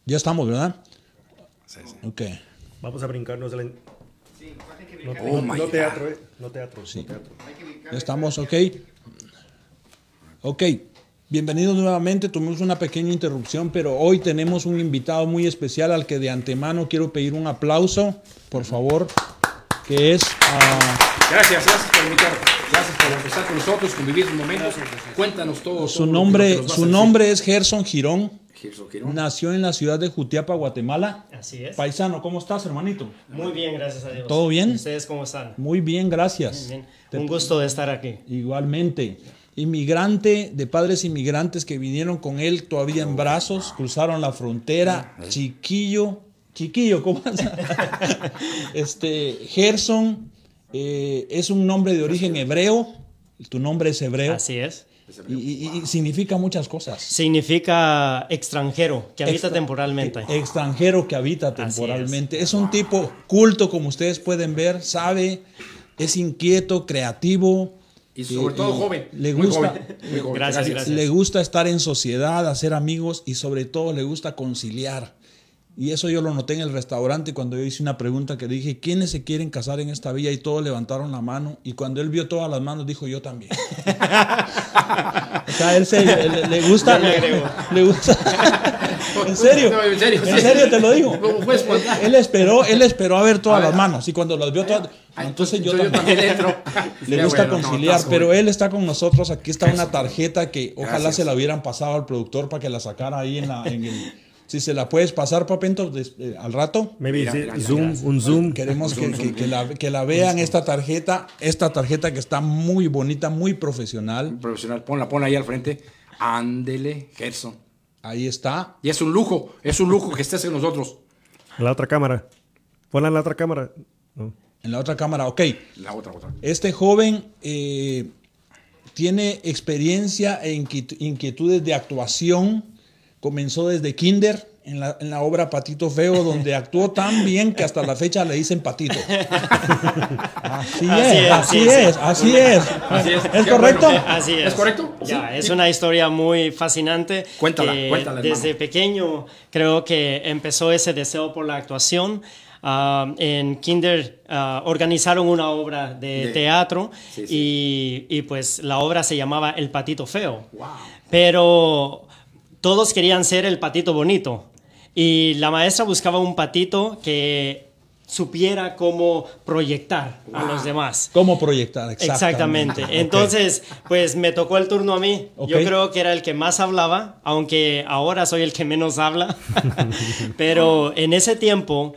Ya estamos, ¿verdad? Sí, sí. Ok. Vamos a brincarnos la... Sí, hay que No, brincar. no teatro, no teatro. Sí. No teatro. Hay que brincar. Ya estamos, ok. Ok. Bienvenidos nuevamente. Tuvimos una pequeña interrupción, pero hoy tenemos un invitado muy especial al que de antemano quiero pedir un aplauso, por favor, que es... Gracias por invitarnos. Gracias por estar con nosotros, convivir un momento. Cuéntanos todo. Su nombre es Gerson Girón. Gerson Girón. Nació en la ciudad de Jutiapa, Guatemala. Así es. Paisano, ¿cómo estás, hermanito? Muy bien, gracias a Dios. ¿Todo bien? ¿Ustedes cómo están? Muy bien, gracias. Bien. Un gusto de estar aquí. Igualmente. Inmigrante, de padres inmigrantes que vinieron con él todavía en brazos, cruzaron la frontera. Chiquillo, ¿cómo estás? Gerson es un nombre de origen hebreo. Tu nombre es hebreo. Así es. Y significa muchas cosas. Significa extranjero, que habita temporalmente. Extranjero que habita temporalmente. Es un tipo culto, como ustedes pueden ver, sabe, es inquieto, creativo. Y sobre todo joven. Le muy gusta, joven, muy joven. Gracias. le gusta estar en sociedad, hacer amigos y sobre todo le gusta conciliar. Y eso yo lo noté en el restaurante cuando yo hice una pregunta que dije, ¿quiénes se quieren casar en esta villa? Y todos levantaron la mano. Y cuando él vio todas las manos, dijo, yo también. O sea, le gusta. Le gusta. ¿En serio? No, en serio. ¿En serio te lo digo? ¿Cómo fue espontáneo? Él esperó a ver todas las manos. Y cuando las vio todas, entonces yo también. entro. Le gusta conciliar, pero él está con nosotros. Aquí está una tarjeta que ojalá Gracias. se la hubieran pasado al productor para que la sacara ahí en el... Si se la puedes pasar, Papento, al rato. Maybe Mira, un zoom. Queremos que la vean esta tarjeta que está muy bonita, muy profesional. Profesional, ponla ahí al frente. Ándele, Gerson. Ahí está. Y es un lujo que estés en nosotros. En la otra cámara. Ponla en la otra cámara. No. En la otra cámara, ok. La otra. Este joven tiene experiencia e inquietudes de actuación. Comenzó desde kinder en la obra Patito Feo, donde actuó tan bien que hasta la fecha le dicen Patito. Así es. ¿Es correcto? Así es. ¿Es correcto? Ya, Sí. es una historia muy fascinante. Cuéntala, que hermano. desde pequeño creo que empezó ese deseo por la actuación. En kinder organizaron una obra de teatro y pues la obra se llamaba El Patito Feo. Wow. Pero todos querían ser el patito bonito y la maestra buscaba un patito que supiera cómo proyectar a los demás. ¿Cómo proyectar? Exactamente. Entonces, pues me tocó el turno a mí. Ok. Yo creo que era el que más hablaba, aunque ahora soy el que menos habla. Pero en ese tiempo,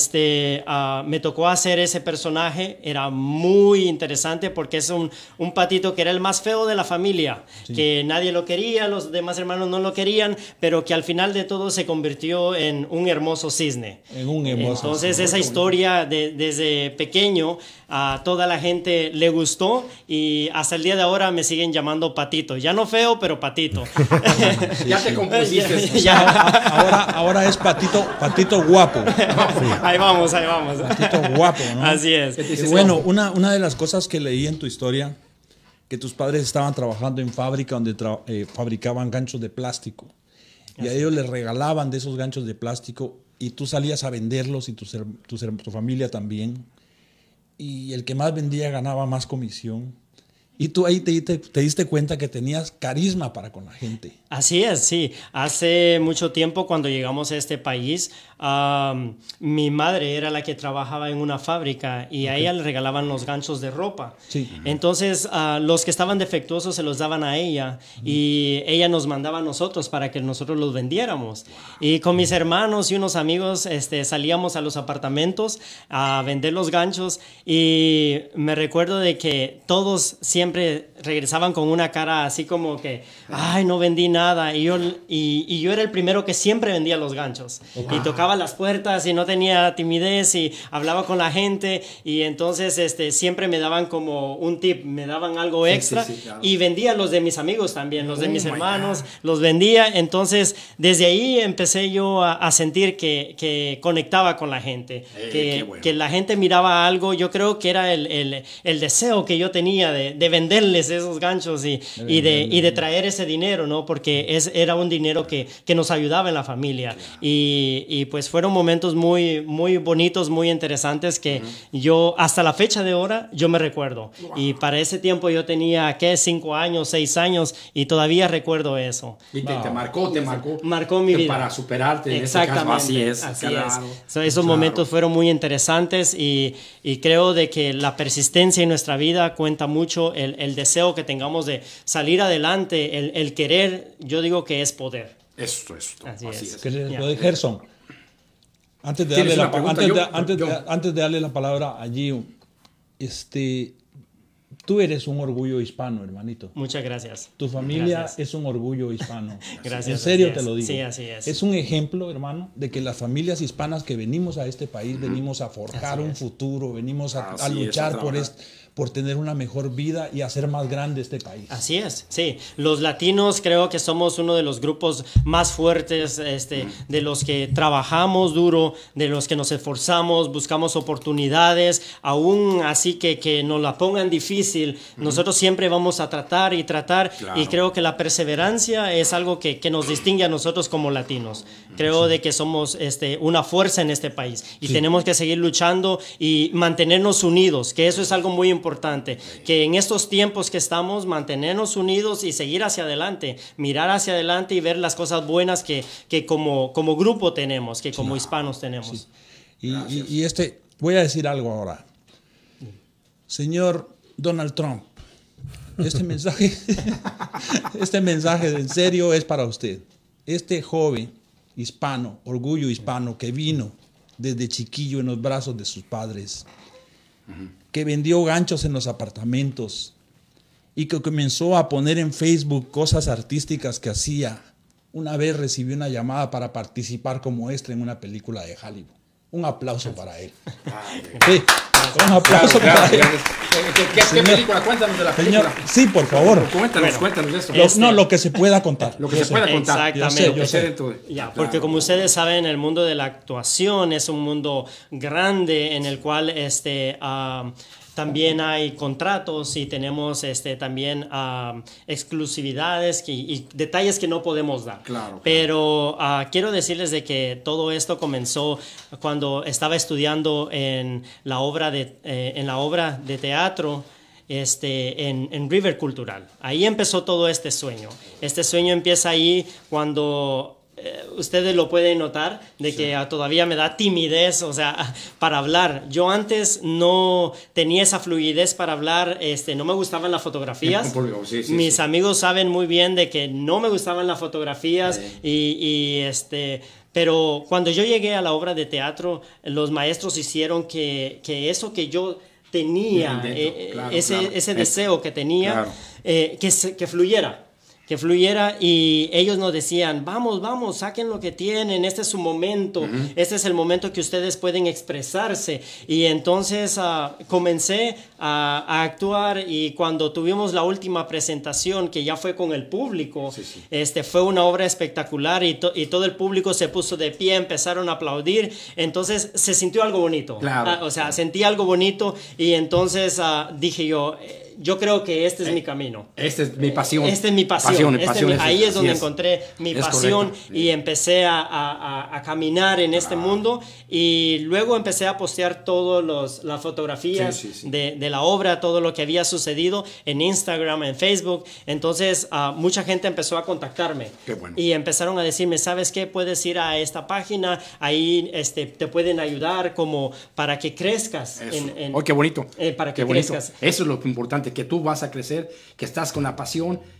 me tocó hacer ese personaje. Era muy interesante porque es un patito que era el más feo de la familia, que nadie lo quería, los demás hermanos no lo querían, pero que al final de todo se convirtió en un hermoso cisne. En un hermoso Entonces, cisne. esa historia desde pequeño a toda la gente le gustó y hasta el día de ahora me siguen llamando Patito. Ya no feo, pero Patito. Ya te compusiste. Ahora es patito guapo. Ahí vamos. Patito guapo, ¿no? Así es. Y bueno, una de las cosas que leí en tu historia, que tus padres estaban trabajando en fábrica donde fabricaban ganchos de plástico. Y a ellos les regalaban de esos ganchos de plástico y tú salías a venderlos y tu familia también. Y el que más vendía ganaba más comisión. Y tú ahí te diste cuenta que tenías carisma para con la gente. Así es, sí. Hace mucho tiempo cuando llegamos a este país, mi madre era la que trabajaba en una fábrica y a ella le regalaban los ganchos de ropa. Sí. Entonces, los que estaban defectuosos se los daban a ella y ella nos mandaba a nosotros para que nosotros los vendiéramos. Y con mis hermanos y unos amigos salíamos a los apartamentos a vender los ganchos y me recuerdo de que todos siempre regresaban con una cara así como que, ay, no vendí nada. Y yo era el primero que siempre vendía los ganchos. Y tocaba cerraba las puertas y no tenía timidez y hablaba con la gente, y entonces siempre me daban como un tip, me daban algo extra, claro. y vendía los de mis amigos también, los de mis hermanos, los vendía. Entonces desde ahí empecé yo a sentir que conectaba con la gente, que la gente miraba algo. Yo creo que era el deseo que yo tenía de venderles esos ganchos y de traer ese dinero, ¿no? Porque era un dinero que nos ayudaba en la familia. Y pues fueron momentos muy, muy bonitos, muy interesantes, que yo hasta la fecha de ahora yo me recuerdo. Y para ese tiempo yo tenía, ¿qué? 5 años, 6 años, y todavía recuerdo eso. Y te marcó mi vida. Para superarte. Exactamente. Así es. Esos momentos fueron muy interesantes, y creo de que la persistencia en nuestra vida cuenta mucho, el deseo que tengamos de salir adelante, el querer, yo digo que es poder. Eso. Así es. Lo de Gerson. Antes de darle la palabra a Gio, tú eres un orgullo hispano, hermanito. Muchas gracias. Tu familia es un orgullo hispano. Gracias. En serio te lo digo. Sí, así es. Es un ejemplo, hermano, de que las familias hispanas que venimos a este país, venimos a forjar un futuro, venimos a luchar por tener una mejor vida y hacer más grande este país. Así es, sí. Los latinos creo que somos uno de los grupos más fuertes, de los que trabajamos duro, de los que nos esforzamos, buscamos oportunidades, aún así que nos la pongan difícil, nosotros siempre vamos a tratar, claro. Y creo que la perseverancia es algo que nos distingue a nosotros como latinos. Creo de que somos una fuerza en este país, y tenemos que seguir luchando y mantenernos unidos, que eso es algo muy importante, que en estos tiempos que estamos, mantenernos unidos y seguir hacia adelante, mirar hacia adelante y ver las cosas buenas que como grupo tenemos, que como hispanos tenemos. Sí. Y voy a decir algo ahora. Señor Donald Trump, este mensaje en serio es para usted. Este joven hispano, orgullo hispano, que vino desde chiquillo en los brazos de sus padres, que vendió ganchos en los apartamentos y que comenzó a poner en Facebook cosas artísticas que hacía. Una vez recibió una llamada para participar como extra en una película de Hollywood. Un aplauso para él. Sí, un aplauso para él. ¿Qué película? Cuéntanos de la película. Señor, sí, por favor. Cuéntanos de eso. Lo que se pueda contar. Lo que se pueda contar. Exactamente. Yo sé. Porque como ustedes saben, el mundo de la actuación es un mundo grande en el cual también hay contratos, y tenemos también exclusividades y detalles que no podemos dar. Claro. Pero quiero decirles de que todo esto comenzó cuando estaba estudiando en la obra de teatro en River Cultural. Ahí empezó todo este sueño. Este sueño empieza ahí cuando... ustedes lo pueden notar de que todavía me da timidez, o sea, para hablar. Yo antes no tenía esa fluidez para hablar, no me gustaban las fotografías. Mis amigos saben muy bien de que no me gustaban las fotografías pero cuando yo llegué a la obra de teatro, los maestros hicieron que eso que yo tenía, ese deseo que tenía, que fluyera. Y ellos nos decían, vamos, saquen lo que tienen, este es su momento, este es el momento que ustedes pueden expresarse. Y entonces comencé a actuar, y cuando tuvimos la última presentación, que ya fue con el público, fue una obra espectacular, y todo el público se puso de pie, empezaron a aplaudir, entonces se sintió algo bonito. Claro. Sentí algo bonito, y entonces dije yo creo que este es mi camino. Esta es mi pasión. Esta es mi pasión. Ahí es donde encontré mi pasión, y empecé a caminar en este mundo, y luego empecé a postear todas las fotografías de la obra, todo lo que había sucedido en Instagram, en Facebook. Entonces mucha gente empezó a contactarme. Qué bueno. Y empezaron a decirme, ¿sabes qué? Puedes ir a esta página, ahí te pueden ayudar como para que crezcas. Qué bonito. Para que crezcas. bonito. Eso es lo importante, que tú vas a crecer, que estás con la pasión,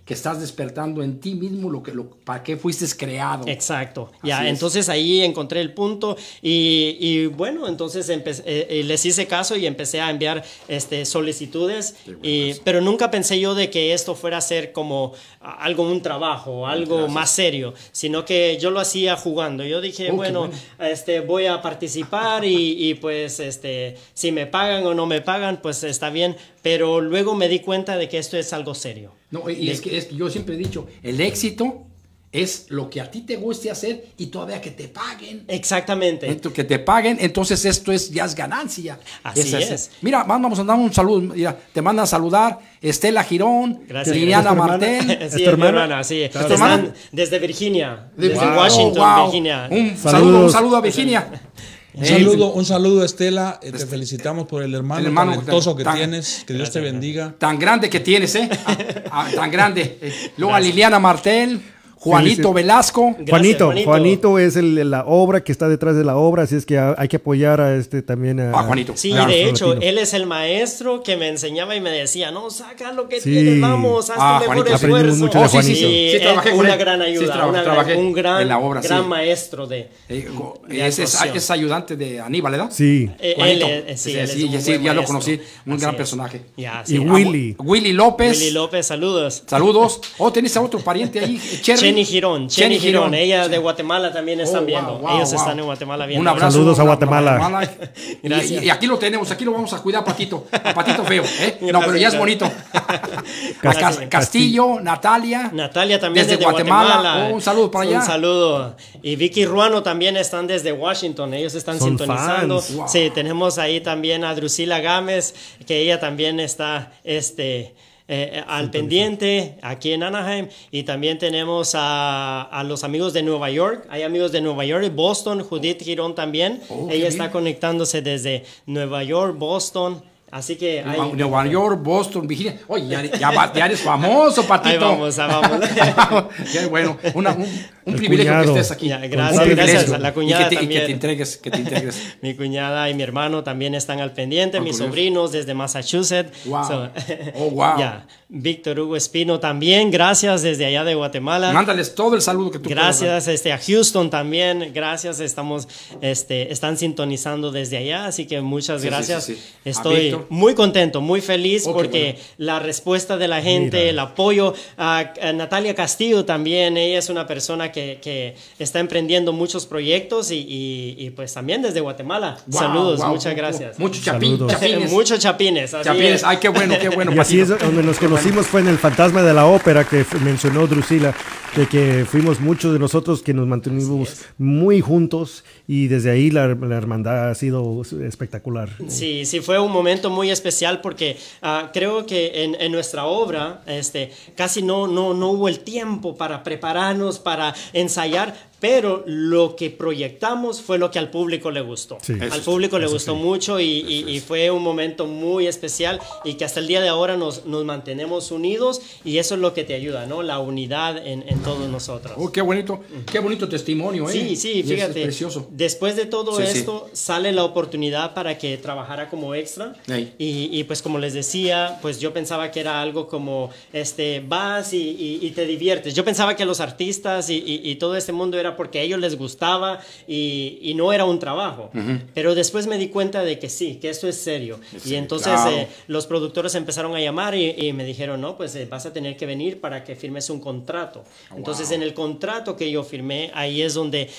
que estás despertando en ti mismo para qué fuiste creado. Exacto. Así Ya, es. entonces ahí encontré el punto y bueno, entonces les hice caso y empecé a enviar solicitudes, pero nunca pensé yo de que esto fuera a ser como algo, un trabajo, algo más serio, sino que yo lo hacía jugando. Yo dije, bueno, voy a participar y pues si me pagan o no me pagan, pues está bien, pero luego me di cuenta de que esto es algo serio. No, y es que yo siempre he dicho, el éxito es lo que a ti te guste hacer y todavía que te paguen. Exactamente. Que te paguen, entonces esto ya es ganancia. Así es. Mira, vamos a dar un saludo. Mira, te mandan a saludar Estela Girón, Gracias. Liliana ¿Es tu Martel. hermana? Sí, ¿Es es tu mi hermana? hermana, sí. ¿Es tu hermana? Están desde Virginia, desde Wow. Washington, Wow. Virginia. Un Saludos. saludo a Virginia. Un saludo, Estela. Te felicitamos por el hermano talentoso que tienes. Que Dios te bendiga. Tan grande que tienes, tan grande. Luego a Liliana Martel, Juanito Velasco. Gracias, Juanito es la obra que está detrás de la obra, así es que hay que apoyar a también a Juanito. Sí, Claro. de hecho, Latino. él es el maestro que me enseñaba y me decía, no, saca lo que Sí. tienes, vamos, haz tu mejor Juanito. Aprendimos esfuerzo. mucho de Oh, sí, Juanito. sí, es trabajé con una él. gran Sí, ayuda, trabajé un gran, en la obra, gran sí. maestro de actuación. Es ayudante de Aníbal, ¿verdad? Sí. Juanito. Él es Sí, un buen ya lo maestro. conocí, un Así gran es. personaje. Ya, Y sí. Willy. Willy López. Willy López, saludos. Saludos. ¿Tenés a otro pariente ahí? Chenny Girón, ella de Guatemala también están viendo. Ellos están en Guatemala viendo. Un abrazo. Saludos a Guatemala. Gracias. Y aquí lo tenemos, aquí lo vamos a cuidar, Patito. A Patito feo, ¿eh? No, Gracias, pero ya es gracias. bonito. Gracias. Castillo, Natalia. Natalia también desde desde Guatemala. Un saludo para allá. Un saludo. Y Vicky Ruano también están desde Washington. Ellos están Son sintonizando. fans. Wow. Sí, tenemos ahí también a Drusila Gámez, que ella también está al pendiente aquí en Anaheim. Y también tenemos a los amigos de Nueva York. Hay amigos de Nueva York y Boston. Judith Girón también. Oh, qué ella bien. está conectándose desde Nueva York, Boston. Así que hay, Nueva York, Boston, Virginia. Oye, ya eres famoso, Patito. ahí vamos, ahí vamos. Qué bueno. Un El privilegio cuñado. que estés aquí. Ya, Un gracias, privilegio. gracias a la cuñada y también. que te integres. Mi cuñada y mi hermano también están al pendiente, mis curioso. sobrinos desde Massachusetts. Wow. Oh, wow. Ya. Víctor Hugo Espino también, gracias desde allá de Guatemala. Mándales todo el saludo que tú Gracias a Houston también, gracias, están sintonizando desde allá, así que muchas Sí, gracias. sí, sí. A Estoy Víctor. muy contento, muy feliz Oh, qué porque bueno. la respuesta de la gente, Mira. el apoyo, a Natalia Castillo también, ella es una persona que está emprendiendo muchos proyectos y pues también desde Guatemala. Wow, Saludos, wow, muchas gracias. Muchos Saludos. chapines. Muchos chapines. así Chapines. es. Ay, qué bueno, Y así es Patito. donde nos conocimos, fue en el Fantasma de la Ópera que mencionó Drusila, de que fuimos muchos de nosotros que nos mantenimos muy juntos y desde ahí la hermandad ha sido espectacular. Sí, sí, fue un momento muy especial porque creo que en nuestra obra casi no hubo el tiempo para prepararnos, para ensayar, pero lo que proyectamos fue lo que al público le gustó. Sí. Al público le gustó mucho y fue un momento muy especial y que hasta el día de ahora nos mantenemos unidos y eso es lo que te ayuda, ¿no? La unidad en todos nosotros. Oh, qué bonito testimonio, ¿eh? Sí, sí, Y es fíjate. precioso. Después de todo Sí, sí. esto, sale la oportunidad para que trabajara como extra. Ey. Y pues como les decía, pues yo pensaba que era algo como, vas y te diviertes. Yo pensaba que los artistas y todo este mundo era porque a ellos les gustaba y no era un trabajo. Pero después me di cuenta de que sí, que esto es serio. Sí, y entonces claro. los productores empezaron a llamar y me dijeron, no, pues vas a tener que venir para que firmes un contrato. Entonces en el contrato que yo firmé, ahí es donde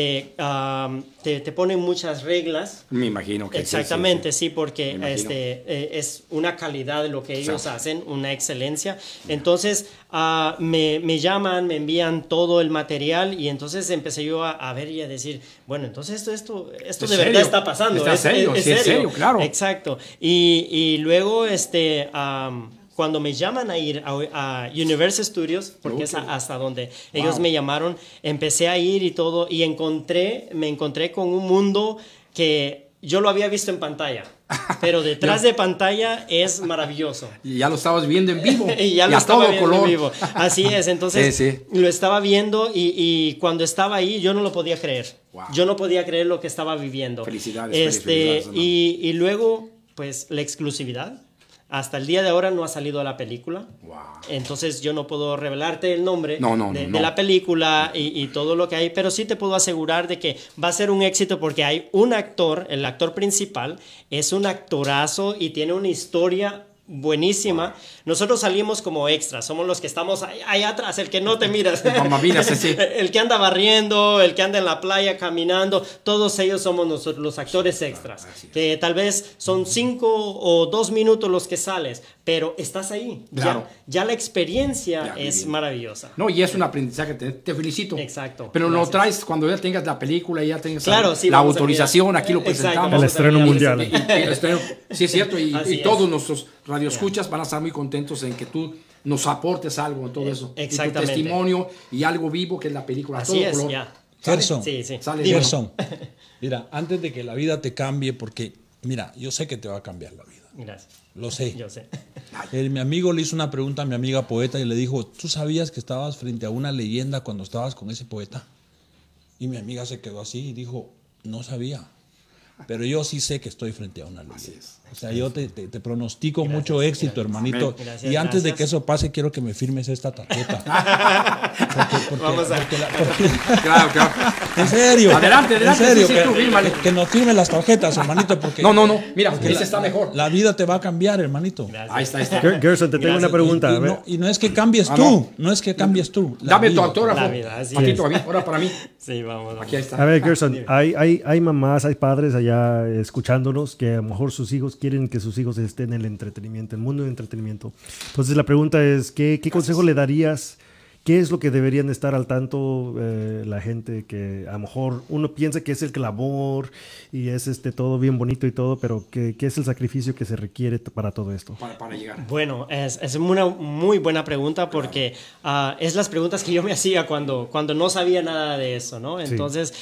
te ponen muchas reglas. Me imagino que Exactamente, sí, Me porque imagino. es una calidad de lo que ellos Exacto. hacen, una excelencia. Entonces me llaman, me envían todo el material y entonces empecé yo a ver y a decir, bueno, entonces esto ¿Es de serio? verdad está pasando. Está serio, sí, es serio, claro. Exacto. Y luego cuando me llaman a ir a Universal Studios, porque es hasta donde ellos me llamaron, empecé a ir y todo, y me encontré con un mundo que yo lo había visto en pantalla, pero detrás de pantalla es maravilloso. Y ya lo estabas viendo en vivo. Y ya lo a estaba todo viendo color. en vivo. Así es, entonces Sí, sí. lo estaba viendo y cuando estaba ahí yo no lo podía creer. Wow. Yo no podía creer lo que estaba viviendo. Felicidades, felicidades, ¿no? Y luego, pues, la exclusividad. hasta el día de ahora no ha salido la película. Wow. Entonces yo no puedo revelarte el nombre de no. la película y todo lo que hay, pero sí te puedo asegurar de que va a ser un éxito porque hay un actor, el actor principal, es un actorazo y tiene una historia buenísima. Nosotros salimos como extras, somos los que estamos ahí atrás, el que no te miras, el que anda barriendo, el que anda en la playa caminando, todos ellos somos nosotros los actores extras, que tal vez son 5 o 2 minutos los que sales, pero estás ahí. Claro. Ya la experiencia es maravillosa. No, y es un aprendizaje, te felicito. Exacto. Pero lo traes cuando ya tengas la película y ya tengas sí, la autorización, aquí lo presentamos. El estreno mundial. El estreno, sí, es cierto, y todos nuestros radioescuchas Yeah. van a estar muy contentos en que tú nos aportes algo en todo eso. Exactamente. Y tu testimonio y algo vivo que es la película. Así todo es, color. ya. Gerson, Sí. Gerson, mira, antes de que la vida te cambie, porque, mira, yo sé que te va a cambiar la vida. Gracias. Lo sé. Yo sé. Mi amigo le hizo una pregunta a mi amiga poeta y le dijo, ¿tú sabías que estabas frente a una leyenda cuando estabas con ese poeta? Y mi amiga se quedó así y dijo, no sabía. Pero yo sí sé que estoy frente a una leyenda. O sea, yo te pronostico mucho éxito, hermanito. Gracias, y antes de gracias. que eso pase, quiero que me firmes esta tarjeta. Vamos a... Claro. En serio. Adelante, En serio, sí, tú fírmale. que nos firmen las tarjetas, hermanito, porque... No, mira, ese está mejor. La vida te va a cambiar, hermanito. Ahí está. Gerson, te tengo una pregunta. Y a ver. no es que cambies tú, no es que cambies tú. La Dame tu vida. autógrafo. La vida, así Paquito, ahora para mí. Sí, vamos. Aquí está. A ver, Gerson, hay mamás, hay padres allá escuchándonos que a lo mejor sus hijos quieren que sus hijos estén en el entretenimiento, el mundo del entretenimiento. Entonces la pregunta es, ¿qué consejo le darías? ¿Qué es lo que deberían estar al tanto la gente que a lo mejor uno piensa que es el clamor y es todo bien bonito y todo, pero ¿qué es el sacrificio que se requiere para todo esto? Para llegar. Bueno, es una muy buena pregunta porque es las preguntas que yo me hacía cuando no sabía nada de eso, ¿no? Entonces,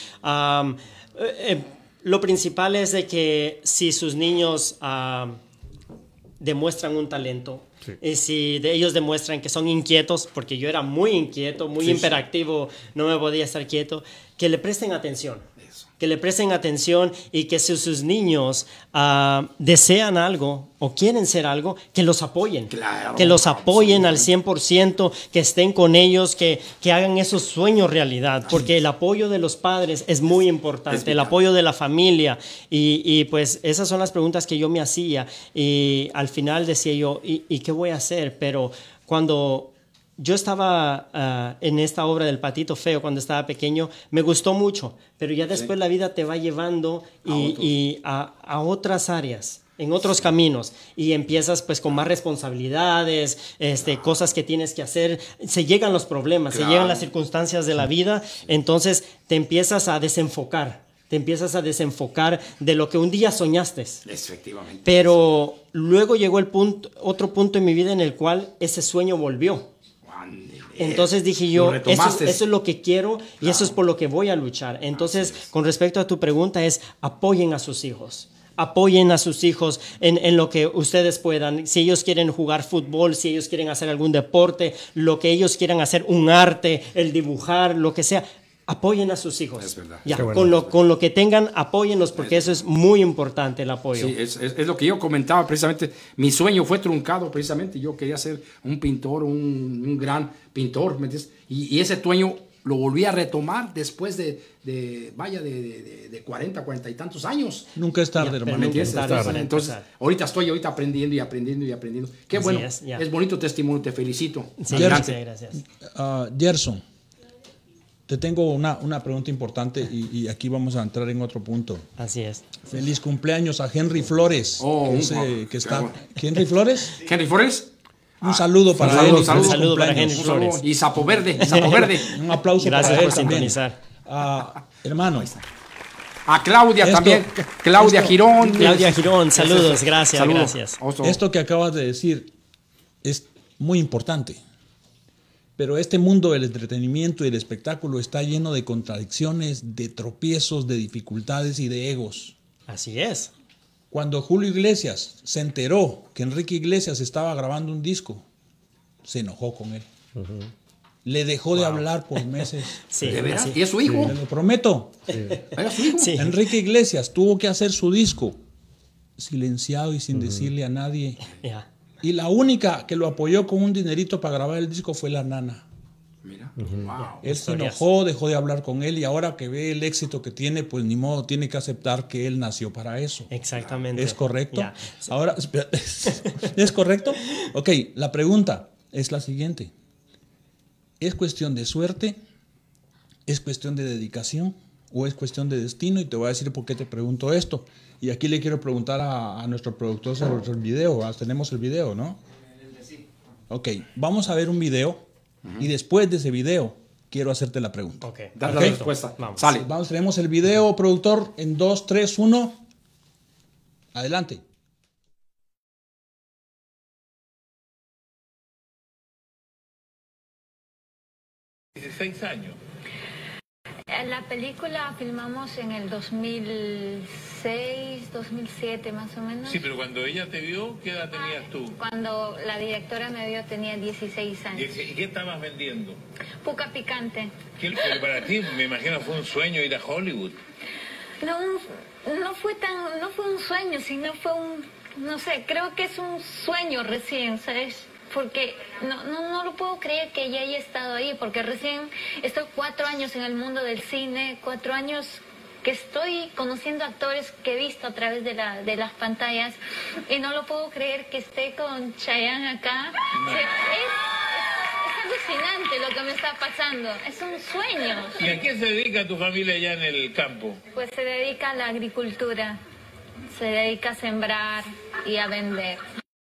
lo principal es de que si sus niños demuestran un talento, y si ellos demuestran que son inquietos, porque yo era muy inquieto, muy hiperactivo, no me podía estar quieto, que le presten atención. Que le presten atención y que si sus niños desean algo o quieren ser algo, que los apoyen. Claro, que los apoyen al 100%, que estén con ellos, que hagan esos sueños realidad. Porque el apoyo de los padres es muy importante, el apoyo de la familia. Y pues esas son las preguntas que yo me hacía. Y al final decía yo, ¿y qué voy a hacer? Pero cuando... Yo estaba en esta obra del Patito Feo cuando estaba pequeño, me gustó mucho, pero ya después la vida te va llevando a otras áreas, en otros caminos, y empiezas pues con más responsabilidades, cosas que tienes que hacer, se llegan los problemas, se llegan las circunstancias de la vida, entonces te empiezas a desenfocar. Te empiezas a desenfocar de lo que un día soñaste. Efectivamente. Pero luego llegó otro punto en mi vida en el cual ese sueño volvió. Entonces dije yo, eso es lo que quiero y eso es por lo que voy a luchar. Entonces, con respecto a tu pregunta es, apoyen a sus hijos. Apoyen a sus hijos en lo que ustedes puedan. Si ellos quieren jugar fútbol, si ellos quieren hacer algún deporte, lo que ellos quieran hacer, un arte, el dibujar, lo que sea. Apoyen a sus hijos. Es verdad. Ya, bueno. con lo que tengan, apóyenlos porque eso es muy importante, el apoyo. Sí, es lo que yo comentaba precisamente. Mi sueño fue truncado precisamente. Yo quería ser un pintor, un gran pintor, ¿me entiendes? Y ese sueño lo volví a retomar después de 40 y tantos años. Nunca es tarde, hermano. ¿Me entiendes? Nunca es tarde para Entonces, empezar. ahorita estoy aprendiendo y aprendiendo. Qué Así bueno. es Bonito testimonio, te felicito. Sí, Adelante. gracias. Gerson, te tengo una pregunta importante y aquí vamos a entrar en otro punto. Así es. Feliz cumpleaños a Henry Flores. Que está. ¿Henry Flores? ¿Henry Flores? Un saludo para él. Un saludo para cumpleaños. Henry Flores. Y Sapo Verde. Un aplauso Gracias para él por también. sintonizar. Hermano, A Claudia Esto- también. Claudia esto- Girón. Claudia Girón, saludos, gracias, Saludos. gracias. Oso. esto que acabas de decir es muy importante. Pero este mundo del entretenimiento y el espectáculo está lleno de contradicciones, de tropiezos, de dificultades y de egos. Así es. Cuando Julio Iglesias se enteró que Enrique Iglesias estaba grabando un disco, se enojó con él. Le dejó de hablar por meses. Sí, ¿De veras? así. ¿Y es su hijo? Te lo prometo. ¿Era su hijo? Sí. Enrique Iglesias tuvo que hacer su disco silenciado y sin decirle a nadie Ya. Y la única que lo apoyó con un dinerito para grabar el disco fue la nana. Mira. Wow. Él se enojó, dejó de hablar con él y ahora que ve el éxito que tiene, pues ni modo, tiene que aceptar que él nació para eso. Exactamente. ¿Es correcto? Ya. Ahora, ¿es correcto? Ok, la pregunta es la siguiente. ¿Es cuestión de suerte? ¿Es cuestión de dedicación? ¿O es cuestión de destino? Y te voy a decir por qué te pregunto esto. Y aquí le quiero preguntar a nuestro productor sobre el video. Tenemos el video, ¿no? Ok, vamos a ver un video. Y después de ese video, quiero hacerte la pregunta. Ok, Da la ¿Ok? respuesta. Vamos. Sale. Sí, vamos, tenemos el video, productor, en 2, 3, 1. Adelante. Años. La película filmamos en el 2006, 2007 más o menos. Sí, pero cuando ella te vio, ¿qué edad tenías tú? Cuando la directora me vio tenía 16 años. ¿Y qué estabas vendiendo? Puca picante. Pero para ti, me imagino, fue un sueño ir a Hollywood. No fue un sueño, sino fue no sé, creo que es un sueño recién, ¿sabes? Porque no lo puedo creer que ella haya estado ahí, porque recién estoy 4 años en el mundo del cine, 4 años que estoy conociendo actores que he visto a través de las pantallas, y no lo puedo creer que esté con Chayanne acá. No. Es alucinante lo que me está pasando, es un sueño. ¿Y a qué se dedica tu familia allá en el campo? Pues se dedica a la agricultura, se dedica a sembrar y a vender.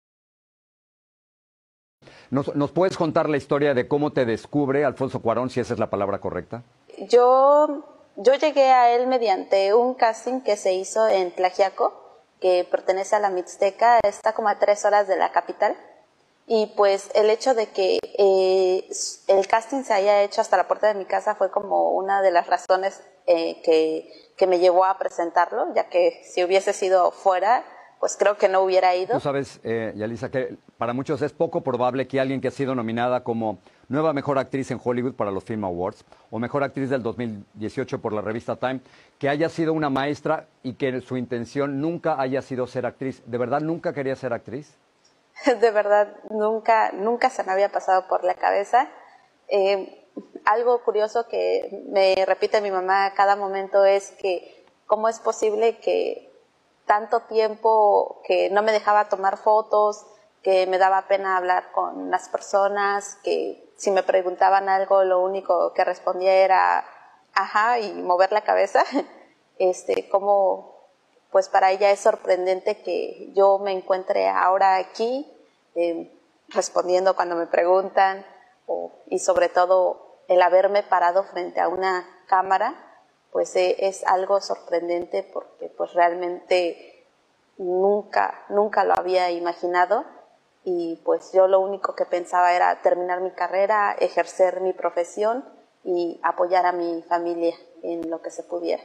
¿Nos puedes contar la historia de cómo te descubre Alfonso Cuarón, si esa es la palabra correcta? Yo llegué a él mediante un casting que se hizo en Tlaxiaco, que pertenece a la Mixteca, está como a 3 horas de la capital. Y pues el hecho de que el casting se haya hecho hasta la puerta de mi casa fue como una de las razones que me llevó a presentarlo, ya que si hubiese sido fuera, pues creo que no hubiera ido. Tú sabes, Yalitza, que para muchos es poco probable que alguien que ha sido nominada como nueva mejor actriz en Hollywood para los Film Awards o mejor actriz del 2018 por la revista Time, que haya sido una maestra y que su intención nunca haya sido ser actriz. ¿De verdad nunca quería ser actriz? De verdad, nunca se me había pasado por la cabeza. Algo curioso que me repite mi mamá a cada momento es que cómo es posible que tanto tiempo que no me dejaba tomar fotos, que me daba pena hablar con las personas, que si me preguntaban algo lo único que respondía era ajá y mover la cabeza. Como pues para ella es sorprendente que yo me encuentre ahora aquí respondiendo cuando me preguntan y sobre todo el haberme parado frente a una cámara, pues es algo sorprendente porque pues realmente nunca lo había imaginado y pues yo lo único que pensaba era terminar mi carrera, ejercer mi profesión y apoyar a mi familia en lo que se pudiera.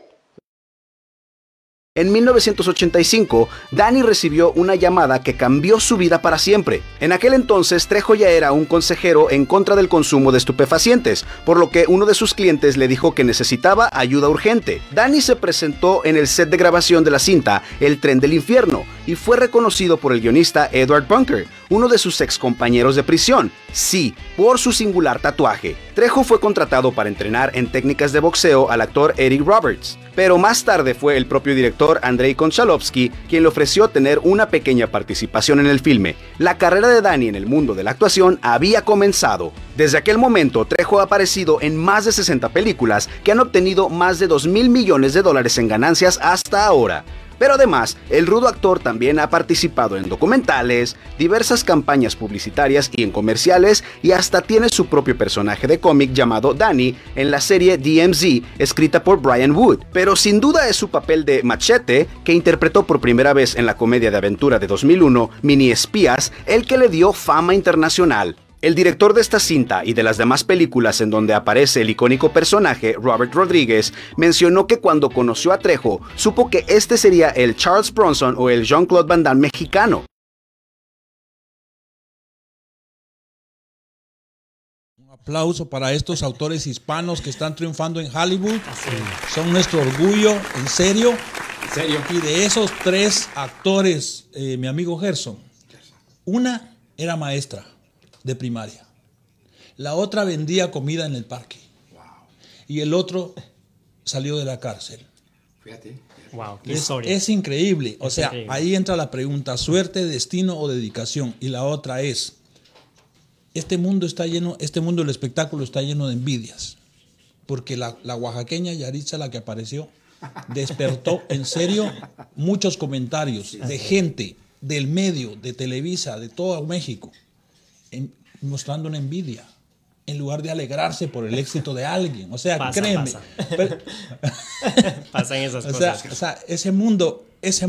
En 1985, Dani recibió una llamada que cambió su vida para siempre. En aquel entonces, Trejo ya era un consejero en contra del consumo de estupefacientes, por lo que uno de sus clientes le dijo que necesitaba ayuda urgente. Dani se presentó en el set de grabación de la cinta El Tren del Infierno y fue reconocido por el guionista Edward Bunker, uno de sus ex compañeros de prisión, sí, por su singular tatuaje. Trejo fue contratado para entrenar en técnicas de boxeo al actor Eric Roberts, pero más tarde fue el propio director Andrei Konchalovsky quien le ofreció tener una pequeña participación en el filme. La carrera de Dani en el mundo de la actuación había comenzado. Desde aquel momento, Trejo ha aparecido en más de 60 películas que han obtenido más de $2,000 millones en ganancias hasta ahora. Pero además, el rudo actor también ha participado en documentales, diversas campañas publicitarias y en comerciales, y hasta tiene su propio personaje de cómic llamado Danny en la serie DMZ, escrita por Brian Wood. Pero sin duda es su papel de Machete, que interpretó por primera vez en la comedia de aventura de 2001, Mini Espías, el que le dio fama internacional. El director de esta cinta y de las demás películas en donde aparece el icónico personaje, Robert Rodríguez, mencionó que cuando conoció a Trejo, supo que este sería el Charles Bronson o el Jean-Claude Van Damme mexicano. Un aplauso para estos autores hispanos que están triunfando en Hollywood. Son nuestro orgullo, en serio. ¿En serio? Y de esos 3 actores, mi amigo Gerson, una era maestra de primaria. La otra vendía comida en el parque. Y el otro salió de la cárcel. Fíjate. Wow, qué historia. Es increíble. O sea, increíble. ahí entra la pregunta, suerte, destino o dedicación. Y la otra es, este mundo del espectáculo está lleno de envidias. Porque la oaxaqueña Yaritza, la que apareció, despertó en serio muchos comentarios de gente del medio, de Televisa, de todo México, mostrando una envidia, en lugar de alegrarse por el éxito de alguien. O sea, créeme. Pasan esas cosas. O sea, ese mundo es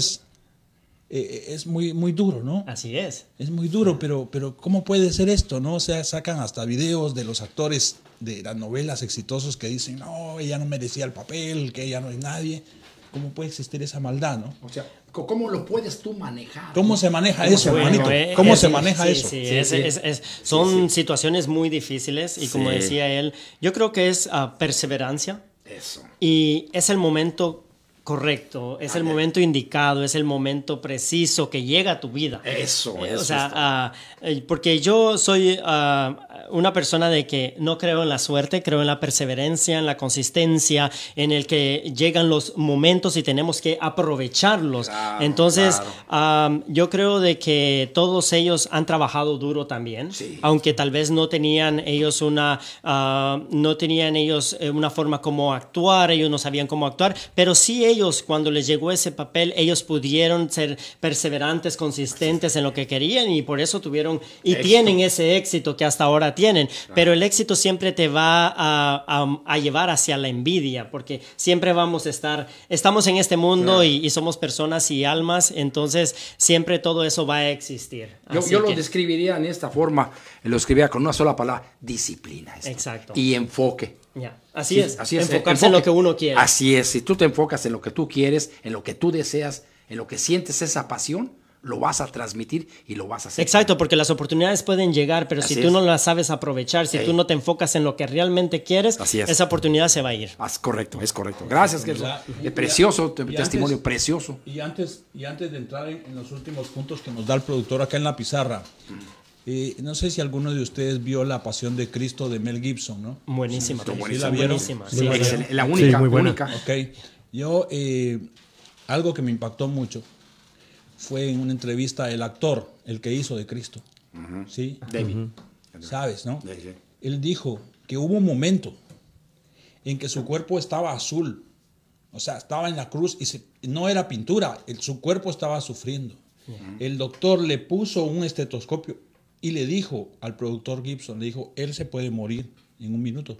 muy, muy duro, ¿no? Así es. Es muy duro, pero ¿cómo puede ser esto, no? O sea, sacan hasta videos de los actores de las novelas exitosos que dicen, no, ella no merecía el papel, que ella no es nadie. ¿Cómo puede existir esa maldad, no? O sea, ¿cómo lo puedes tú manejar? ¿Cómo se maneja eso, hermanito? ¿Cómo se maneja eso? Son situaciones muy difíciles y como decía él, yo creo que es perseverancia. Eso. Y es el momento correcto, es el momento indicado, es el momento preciso que llega a tu vida. Eso. O sea, porque yo soy una persona de que no creo en la suerte, creo en la perseverancia, en la consistencia, en el que llegan los momentos y tenemos que aprovecharlos. Claro, entonces, yo creo de que todos ellos han trabajado duro también, aunque tal vez no tenían ellos una forma como actuar, ellos no sabían cómo actuar, pero sí ellos, cuando les llegó ese papel, ellos pudieron ser perseverantes, consistentes en lo que querían y por eso tuvieron y tienen ese éxito que hasta ahora tienen. Pero el éxito siempre te va a llevar hacia la envidia, porque siempre estamos en este mundo y somos personas y almas, entonces siempre todo eso va a existir. Yo lo describiría en esta forma, lo escribiría con una sola palabra, disciplina. Exacto. Y enfoque. Así es, enfocarse en lo que uno quiere. Así es, si tú te enfocas en lo que tú quieres, en lo que tú deseas, en lo que sientes esa pasión, lo vas a transmitir y lo vas a hacer. Exacto, porque las oportunidades pueden llegar, pero si tú no las sabes aprovechar, si tú no te enfocas en lo que realmente quieres, esa oportunidad se va a ir. Es correcto. Gracias, Gerson. Precioso, testimonio precioso. Y antes de entrar en los últimos puntos que nos da el productor acá en la pizarra, no sé si alguno de ustedes vio La Pasión de Cristo de Mel Gibson, ¿no? Buenísima. ¿Sí la vieron? Buenísima. La única. Sí, muy buena. Ok. Yo, algo que me impactó mucho fue en una entrevista el actor, el que hizo de Cristo. ¿Sí? David. ¿Sabes, no? Sí. Él dijo que hubo un momento en que su cuerpo estaba azul. O sea, estaba en la cruz y no era pintura, su cuerpo estaba sufriendo. El doctor le puso un estetoscopio y le dijo al productor Gibson, le dijo, él se puede morir en 1 minuto.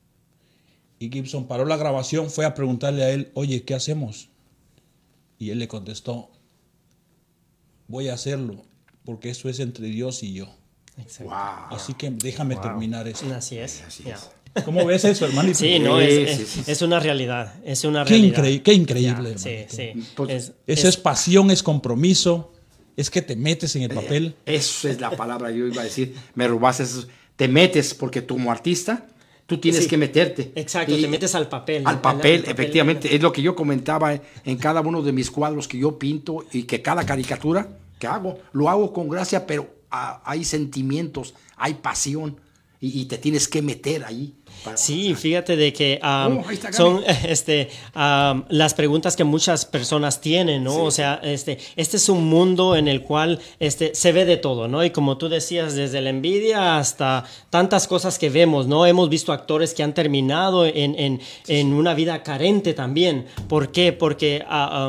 Y Gibson paró la grabación, fue a preguntarle a él, oye, ¿qué hacemos? Y él le contestó, voy a hacerlo, porque eso es entre Dios y yo. Wow. Así que déjame terminar esto. Así es. ¿Cómo ves eso, hermanito? Sí, no, es una realidad. Es una realidad. Qué increíble, hermanito. Sí. Eso es pasión, es compromiso, es que te metes en el papel. Eso es la palabra que yo iba a decir. Me robaste eso. Te metes porque como artista tú tienes que meterte. Exacto, te metes al papel. Al papel, efectivamente. Es lo que yo comentaba en cada uno de mis cuadros que yo pinto y que cada caricatura que hago, lo hago con gracia, pero hay sentimientos, hay pasión y te tienes que meter ahí. Sí, fíjate de que son las preguntas que muchas personas tienen, ¿no? Sí. O sea, este es un mundo en el cual se ve de todo, ¿no? Y como tú decías, desde la envidia hasta tantas cosas que vemos, ¿no? Hemos visto actores que han terminado en una vida carente también. ¿Por qué? Porque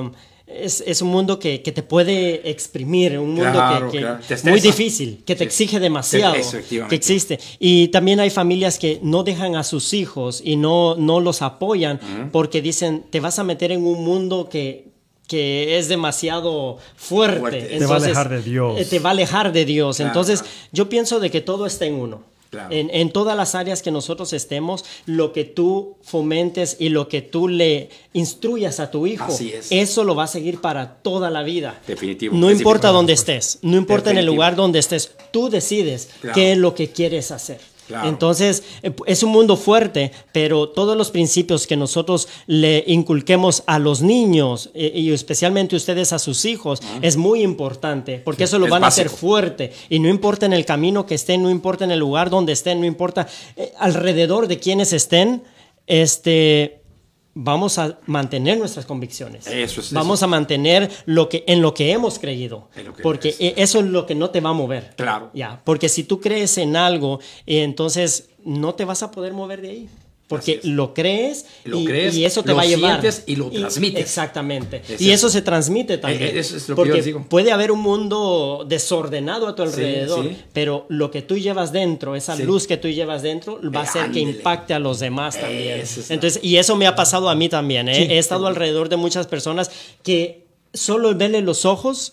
es un mundo que te puede exprimir, un mundo muy difícil, que te exige demasiado, que existe. Y también hay familias que no dejan a sus hijos y no los apoyan porque dicen, te vas a meter en un mundo que es demasiado fuerte. Entonces, te va a alejar de Dios. Te va a alejar de Dios. Entonces, yo pienso de que todo está en uno. Claro. En todas las áreas que nosotros estemos, lo que tú fomentes y lo que tú le instruyas a tu hijo, eso lo va a seguir para toda la vida. Definitivo. No importa dónde estés, no importa en el lugar donde estés, tú decides qué es lo que quieres hacer. Claro. Entonces, es un mundo fuerte, pero todos los principios que nosotros le inculquemos a los niños, y especialmente ustedes a sus hijos, es muy importante, porque eso lo van a hacer fuerte. Y no importa en el camino que estén, no importa en el lugar donde estén, no importa alrededor de quienes estén, vamos a mantener nuestras convicciones. Vamos a mantener en lo que hemos creído. Porque eso es lo que no te va a mover. Claro. Ya, porque si tú crees en algo, entonces no te vas a poder mover de ahí. Porque lo crees y eso te va a llevar. Lo sientes y lo transmites. Exactamente. Y eso se transmite también. Eso es lo porque que yo digo. puede haber un mundo desordenado a tu alrededor, pero lo que tú llevas dentro, esa luz que tú llevas dentro, va a hacer que impacte a los demás también. Entonces, y eso me ha pasado a mí también. He estado alrededor de muchas personas que solo verle los ojos,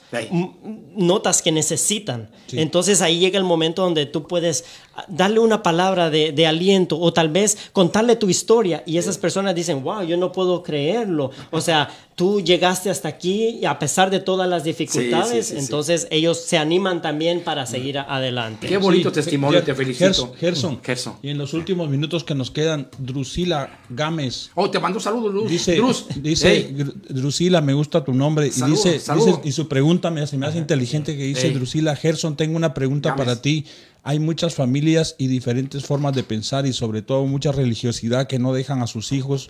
notas que necesitan. Entonces ahí llega el momento donde tú puedes darle una palabra de aliento o tal vez contarle tu historia y esas personas dicen, wow, yo no puedo creerlo. O sea, tú llegaste hasta aquí y a pesar de todas las dificultades, entonces ellos se animan también para seguir adelante. Qué bonito testimonio, te felicito. Gerson. Y en los últimos minutos que nos quedan, Drusila Gámez. Oh, te mando saludos, Luz. Dice Drusila, me gusta tu nombre. Saludos, y dice, y su pregunta se me hace inteligente, que dice, Drusila, Gerson, tengo una pregunta para ti. Hay muchas familias y diferentes formas de pensar y sobre todo mucha religiosidad que no dejan a sus hijos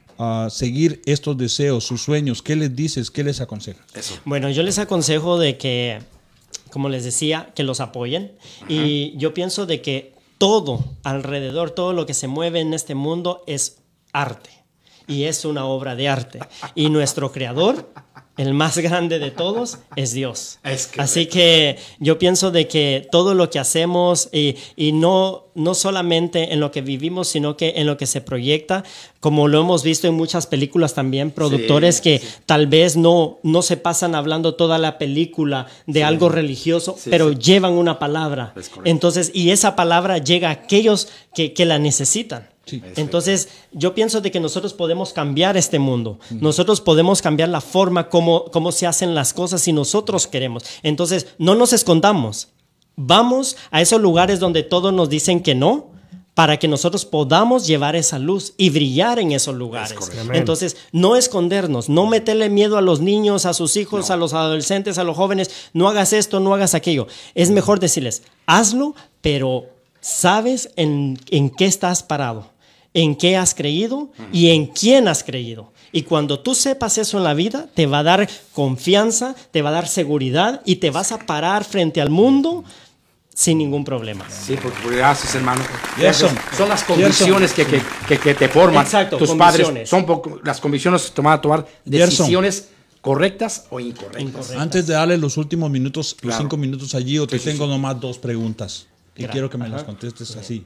seguir estos deseos, sus sueños. ¿Qué les dices? ¿Qué les aconsejas? Bueno, yo les aconsejo de que, como les decía, que los apoyen. Y yo pienso de que todo alrededor, todo lo que se mueve en este mundo es arte. Y es una obra de arte. Y nuestro creador, el más grande de todos, es Dios. Así que yo pienso de que todo lo que hacemos y no solamente en lo que vivimos, sino que en lo que se proyecta, como lo hemos visto en muchas películas también, productores que tal vez no se pasan hablando toda la película de algo religioso, pero llevan una palabra. Entonces, y esa palabra llega a aquellos que la necesitan. Entonces, yo pienso de que nosotros podemos cambiar este mundo. Nosotros podemos cambiar la forma como se hacen las cosas si nosotros queremos. Entonces, no nos escondamos. Vamos a esos lugares donde todos nos dicen que no, para que nosotros podamos llevar esa luz y brillar en esos lugares. Entonces, no escondernos, no meterle miedo a los niños, a sus hijos, a los adolescentes, a los jóvenes. No hagas esto, no hagas aquello. Es mejor decirles, hazlo, pero sabes en qué estás parado, en qué has creído y en quién has creído. Y cuando tú sepas eso en la vida, te va a dar confianza, te va a dar seguridad y te vas a parar frente al mundo sin ningún problema. Sí, porque gracias, hermano. Son las convicciones que te forman. Exacto, tus padres. Son las convicciones que te van a tomar decisiones correctas o incorrectas. Antes de darle los últimos minutos, los 5 minutos allí, te tengo nomás 2 preguntas. Y quiero que me las contestes así.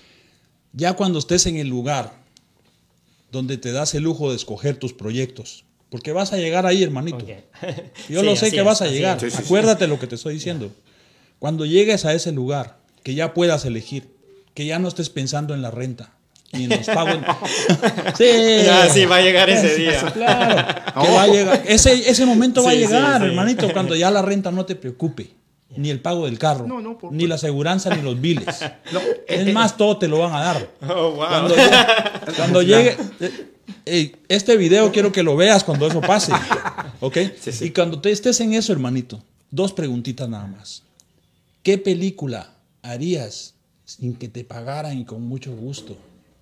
Ya cuando estés en el lugar donde te das el lujo de escoger tus proyectos, porque vas a llegar ahí, hermanito. Yo lo sé que vas a llegar. Acuérdate lo que te estoy diciendo. Cuando llegues a ese lugar, que ya puedas elegir, que ya no estés pensando en la renta, ni en los pagos. Sí, va a llegar ese día. Claro, que va a llegar. Ese momento va a llegar, hermanito, cuando ya la renta no te preocupe. Ni el pago del carro, ni la aseguranza, ni los biles. Es más, todo te lo van a dar. Cuando llegue... este video quiero que lo veas cuando eso pase. ¿Ok? Y cuando estés en eso, hermanito, 2 preguntitas nada más. ¿Qué película harías sin que te pagaran y con mucho gusto?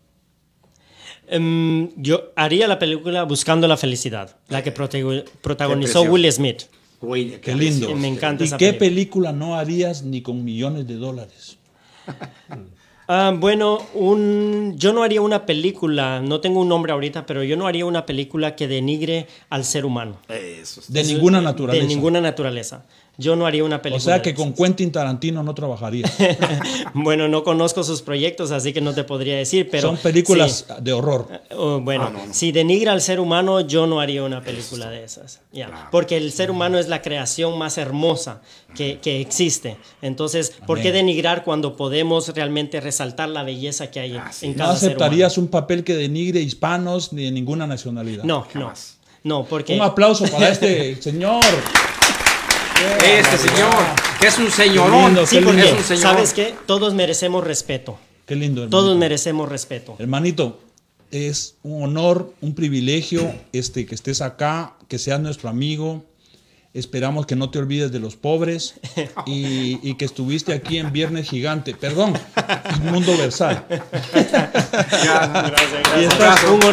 Yo haría la película Buscando la Felicidad, la que protagonizó Will Smith. Qué lindo. Me encanta esa película. ¿Y qué película no harías ni con millones de dólares? Bueno, yo no haría una película, no tengo un nombre ahorita, pero yo no haría una película que denigre al ser humano. De ninguna naturaleza. De ninguna naturaleza. Yo no haría una película. O sea que con Quentin Tarantino no trabajaría. Bueno, no conozco sus proyectos, así que no te podría decir, pero... Son películas de horror. Si denigra al ser humano, yo no haría una película de esas. Claro. Porque el ser humano es la creación más hermosa que existe. Entonces, ¿por qué denigrar cuando podemos realmente resaltar la belleza que hay en cada ser humano? ¿No aceptarías un papel que denigre hispanos ni de ninguna nacionalidad? No, porque... Un aplauso para este señor. Señor, que es un señorón. Sí, porque, ¿sabes qué? Todos merecemos respeto. Qué lindo, hermanito. Todos merecemos respeto. Hermanito, es un honor, un privilegio que estés acá, que seas nuestro amigo. Esperamos que no te olvides de los pobres y que estuviste aquí en Viernes Gigante. Perdón, en Mundo Versal. Gracias. Un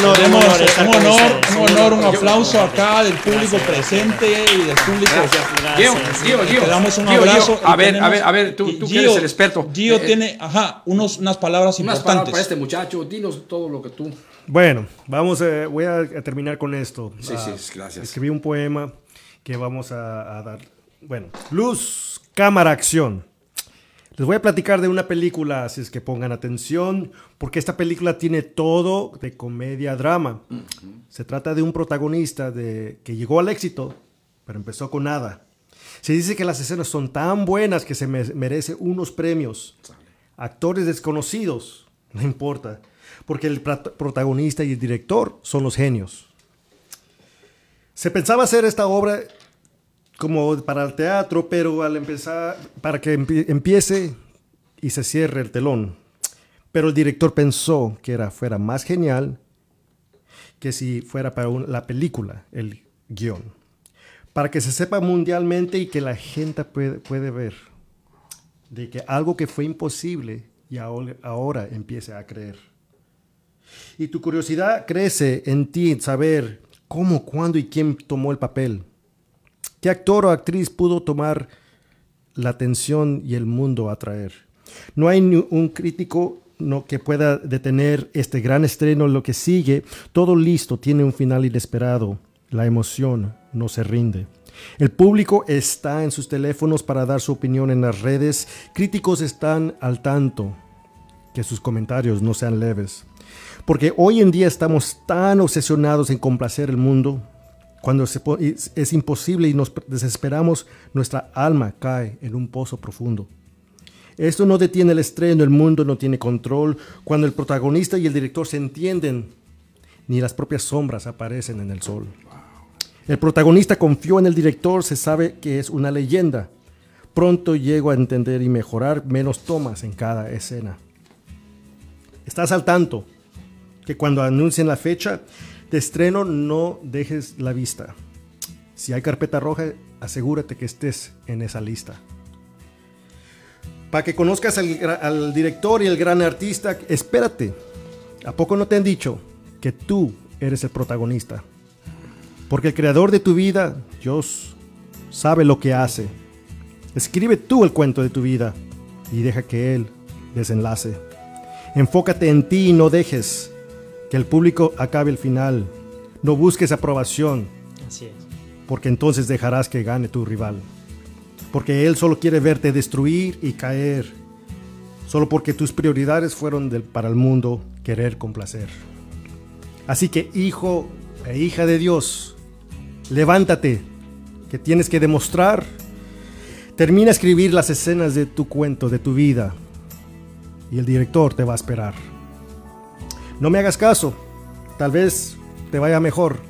honor, un aplauso acá del público presente y del público. Gio. Te damos un abrazo. A ver, tú que eres el experto. Gio tiene, unas palabras importantes. Palabras para este muchacho. Dinos todo lo que tú. Bueno, voy a terminar con esto. Sí, gracias. Escribí un poema que vamos a dar. Bueno, luz, cámara, acción. Les voy a platicar de una película, así es que pongan atención, porque esta película tiene todo de comedia, drama. Se trata de un protagonista que llegó al éxito, pero empezó con nada. Se dice que las escenas son tan buenas que se merece unos premios. Actores desconocidos, no importa, porque el protagonista y el director son los genios. Se pensaba hacer esta obra como para el teatro, pero al empezar, para que empiece y se cierre el telón. Pero el director pensó que fuera más genial que si fuera para la película, el guión. Para que se sepa mundialmente y que la gente puede ver de que algo que fue imposible y ahora empiece a creer. Y tu curiosidad crece en ti en saber cómo, cuándo y quién tomó el papel. ¿Qué actor o actriz pudo tomar la atención y el mundo atraer? No hay ni un crítico que pueda detener este gran estreno. Lo que sigue, todo listo, tiene un final inesperado. La emoción no se rinde. El público está en sus teléfonos para dar su opinión en las redes. Críticos están al tanto. Que sus comentarios no sean leves. Porque hoy en día estamos tan obsesionados en complacer el mundo. Cuando es imposible y nos desesperamos, nuestra alma cae en un pozo profundo. Esto no detiene el estreno, el mundo no tiene control. Cuando el protagonista y el director se entienden, ni las propias sombras aparecen en el sol. El protagonista confió en el director, se sabe que es una leyenda. Pronto llego a entender y mejorar, menos tomas en cada escena. Estás al tanto que cuando anuncien la fecha de estreno no dejes la vista. Si hay carpeta roja, asegúrate que estés en esa lista. Para que conozcas al director y el gran artista, espérate. ¿A poco no te han dicho que tú eres el protagonista? Porque el creador de tu vida, Dios, sabe lo que hace. Escribe tú el cuento de tu vida y deja que Él desenlace. Enfócate en ti y no dejes que el público acabe el final. No busques aprobación. Así es. Porque entonces dejarás que gane tu rival. Porque él solo quiere verte destruir y caer. Solo porque tus prioridades fueron para el mundo querer complacer. Así que, hijo e hija de Dios, levántate, que tienes que demostrar. Termina de escribir las escenas de tu cuento, de tu vida. Y el director te va a esperar. No me hagas caso, tal vez te vaya mejor.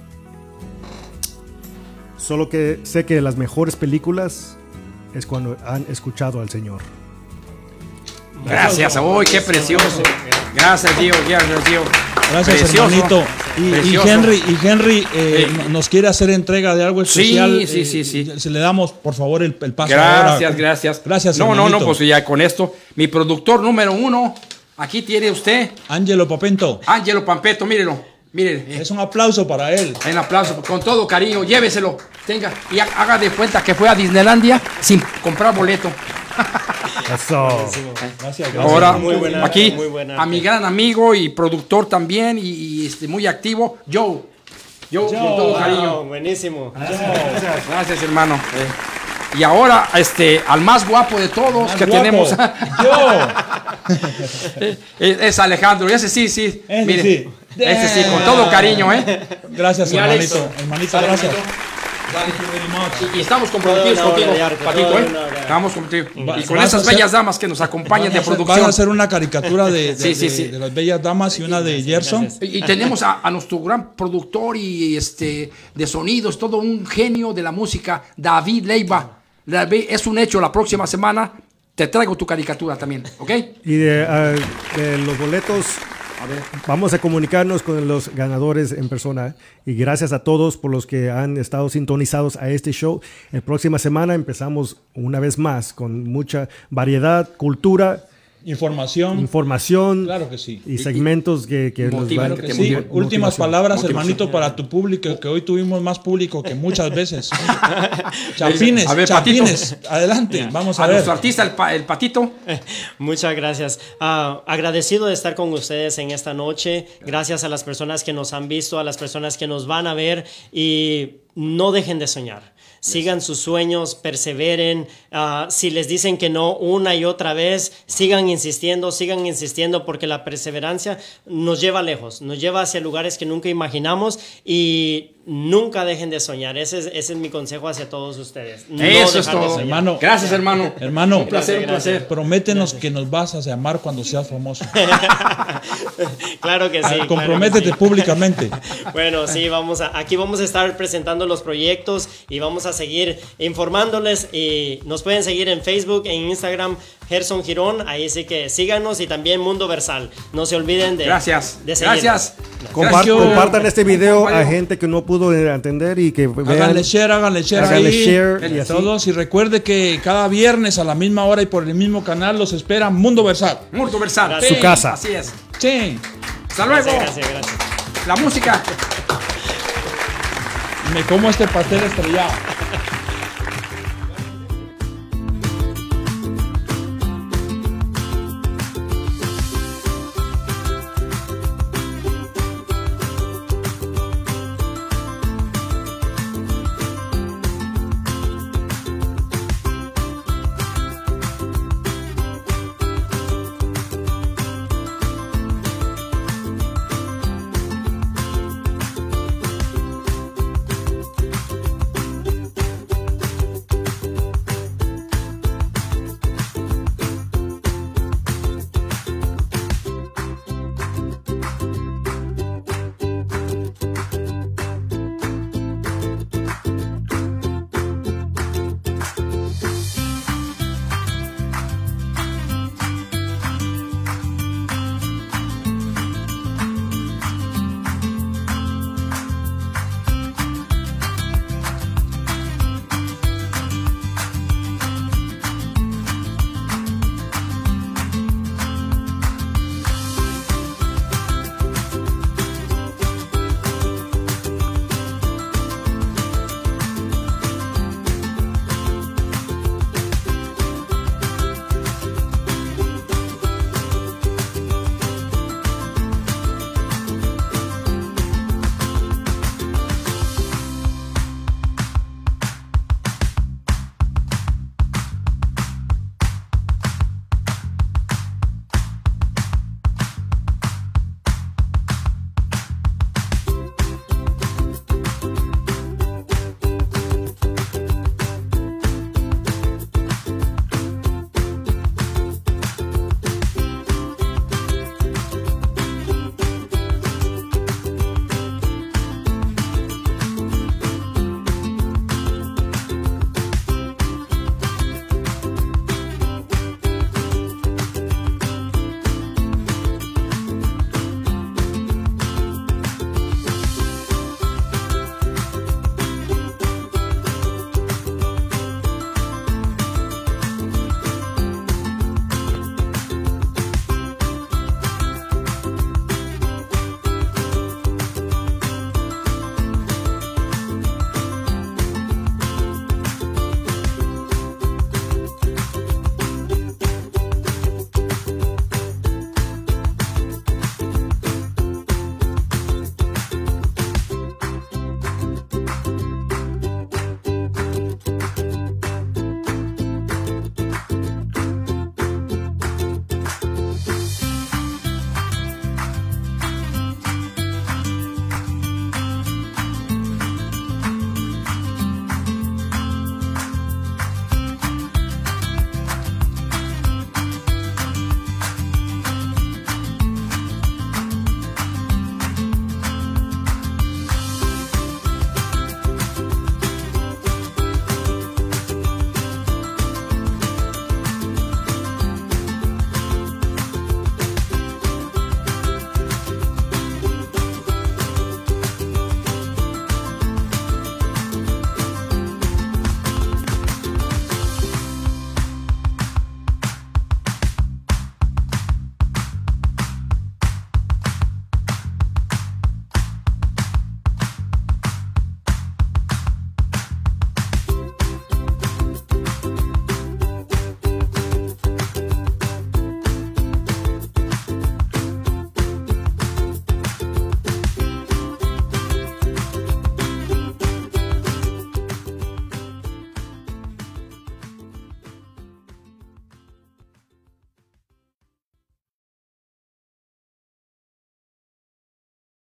Solo que sé que las mejores películas es cuando han escuchado al Señor. Gracias, uy, qué precioso. Gracias, Gio. Gracias, precioso. hermanito. Y Henry nos quiere hacer entrega de algo especial. Sí. Se le damos, por favor, el paso gracias, ahora. Gracias. No, pues ya con esto. Mi productor número 1, aquí tiene usted. Angelo Papento. Angelo Pampeto, mírelo. Es un aplauso para él. Un aplauso, con todo cariño, lléveselo. Tenga, y haga de cuenta que fue a Disneylandia sin comprar boleto. Eso. Gracias. Ahora, muy buena, aquí, muy buena. a mi gran amigo y productor también, y muy activo, Joe, con todo cariño. Buenísimo. Gracias, hermano. Y ahora, al más guapo de todos tenemos. Es Alejandro, ese sí. Mire, ese sí, con todo cariño, Gracias, hermanito. Hermanito, gracias. Y estamos comprometidos contigo, Patito, Estamos comprometidos. Y con esas bellas damas que nos acompañan de producción. Van a hacer una caricatura de las bellas damas y una de Gerson. Y tenemos a nuestro gran productor y de sonidos, todo un genio de la música, David Leiva. Es un hecho, la próxima semana te traigo tu caricatura también, ¿ok? Y de los boletos, vamos a comunicarnos con los ganadores en persona. Y gracias a todos por los que han estado sintonizados a este show. La próxima semana empezamos una vez más con mucha variedad, cultura, información, claro que sí, y segmentos que nos van que sí. Últimas palabras, hermanito, para tu público, que hoy tuvimos más público que muchas veces. Chapines, a ver, Chapines, adelante, vamos a ver. Nuestro artista, el Patito. Muchas gracias. Agradecido de estar con ustedes en esta noche. Gracias a las personas que nos han visto, a las personas que nos van a ver, y no dejen de soñar. Sigan sus sueños, perseveren. Si les dicen que no una y otra vez, sigan insistiendo, porque la perseverancia nos lleva lejos, nos lleva hacia lugares que nunca imaginamos, y nunca dejen de soñar. Ese es mi consejo hacia todos ustedes. No Eso es todo, hermano. Gracias, hermano. Hermano, un placer. Prométenos que nos vas a llamar cuando seas famoso. Claro que sí. Comprométete claro que sí. públicamente. Bueno, sí, aquí vamos a estar presentando los proyectos y vamos a seguir informándoles, y nos pueden seguir en Facebook, en Instagram, Gerson Girón. Ahí sí que síganos, y también Mundo Versal. No se olviden de Gracias. De seguirnos. Gracias. Compartan este video a gente que no pudo entender, y que vean. Háganle share y todos. Y recuerde que cada viernes a la misma hora y por el mismo canal los espera Mundo Versal. Mundo Versal. Gracias. Su casa. Así es. Sí. Hasta luego. Gracias. La música. Me como este pastel estrellado.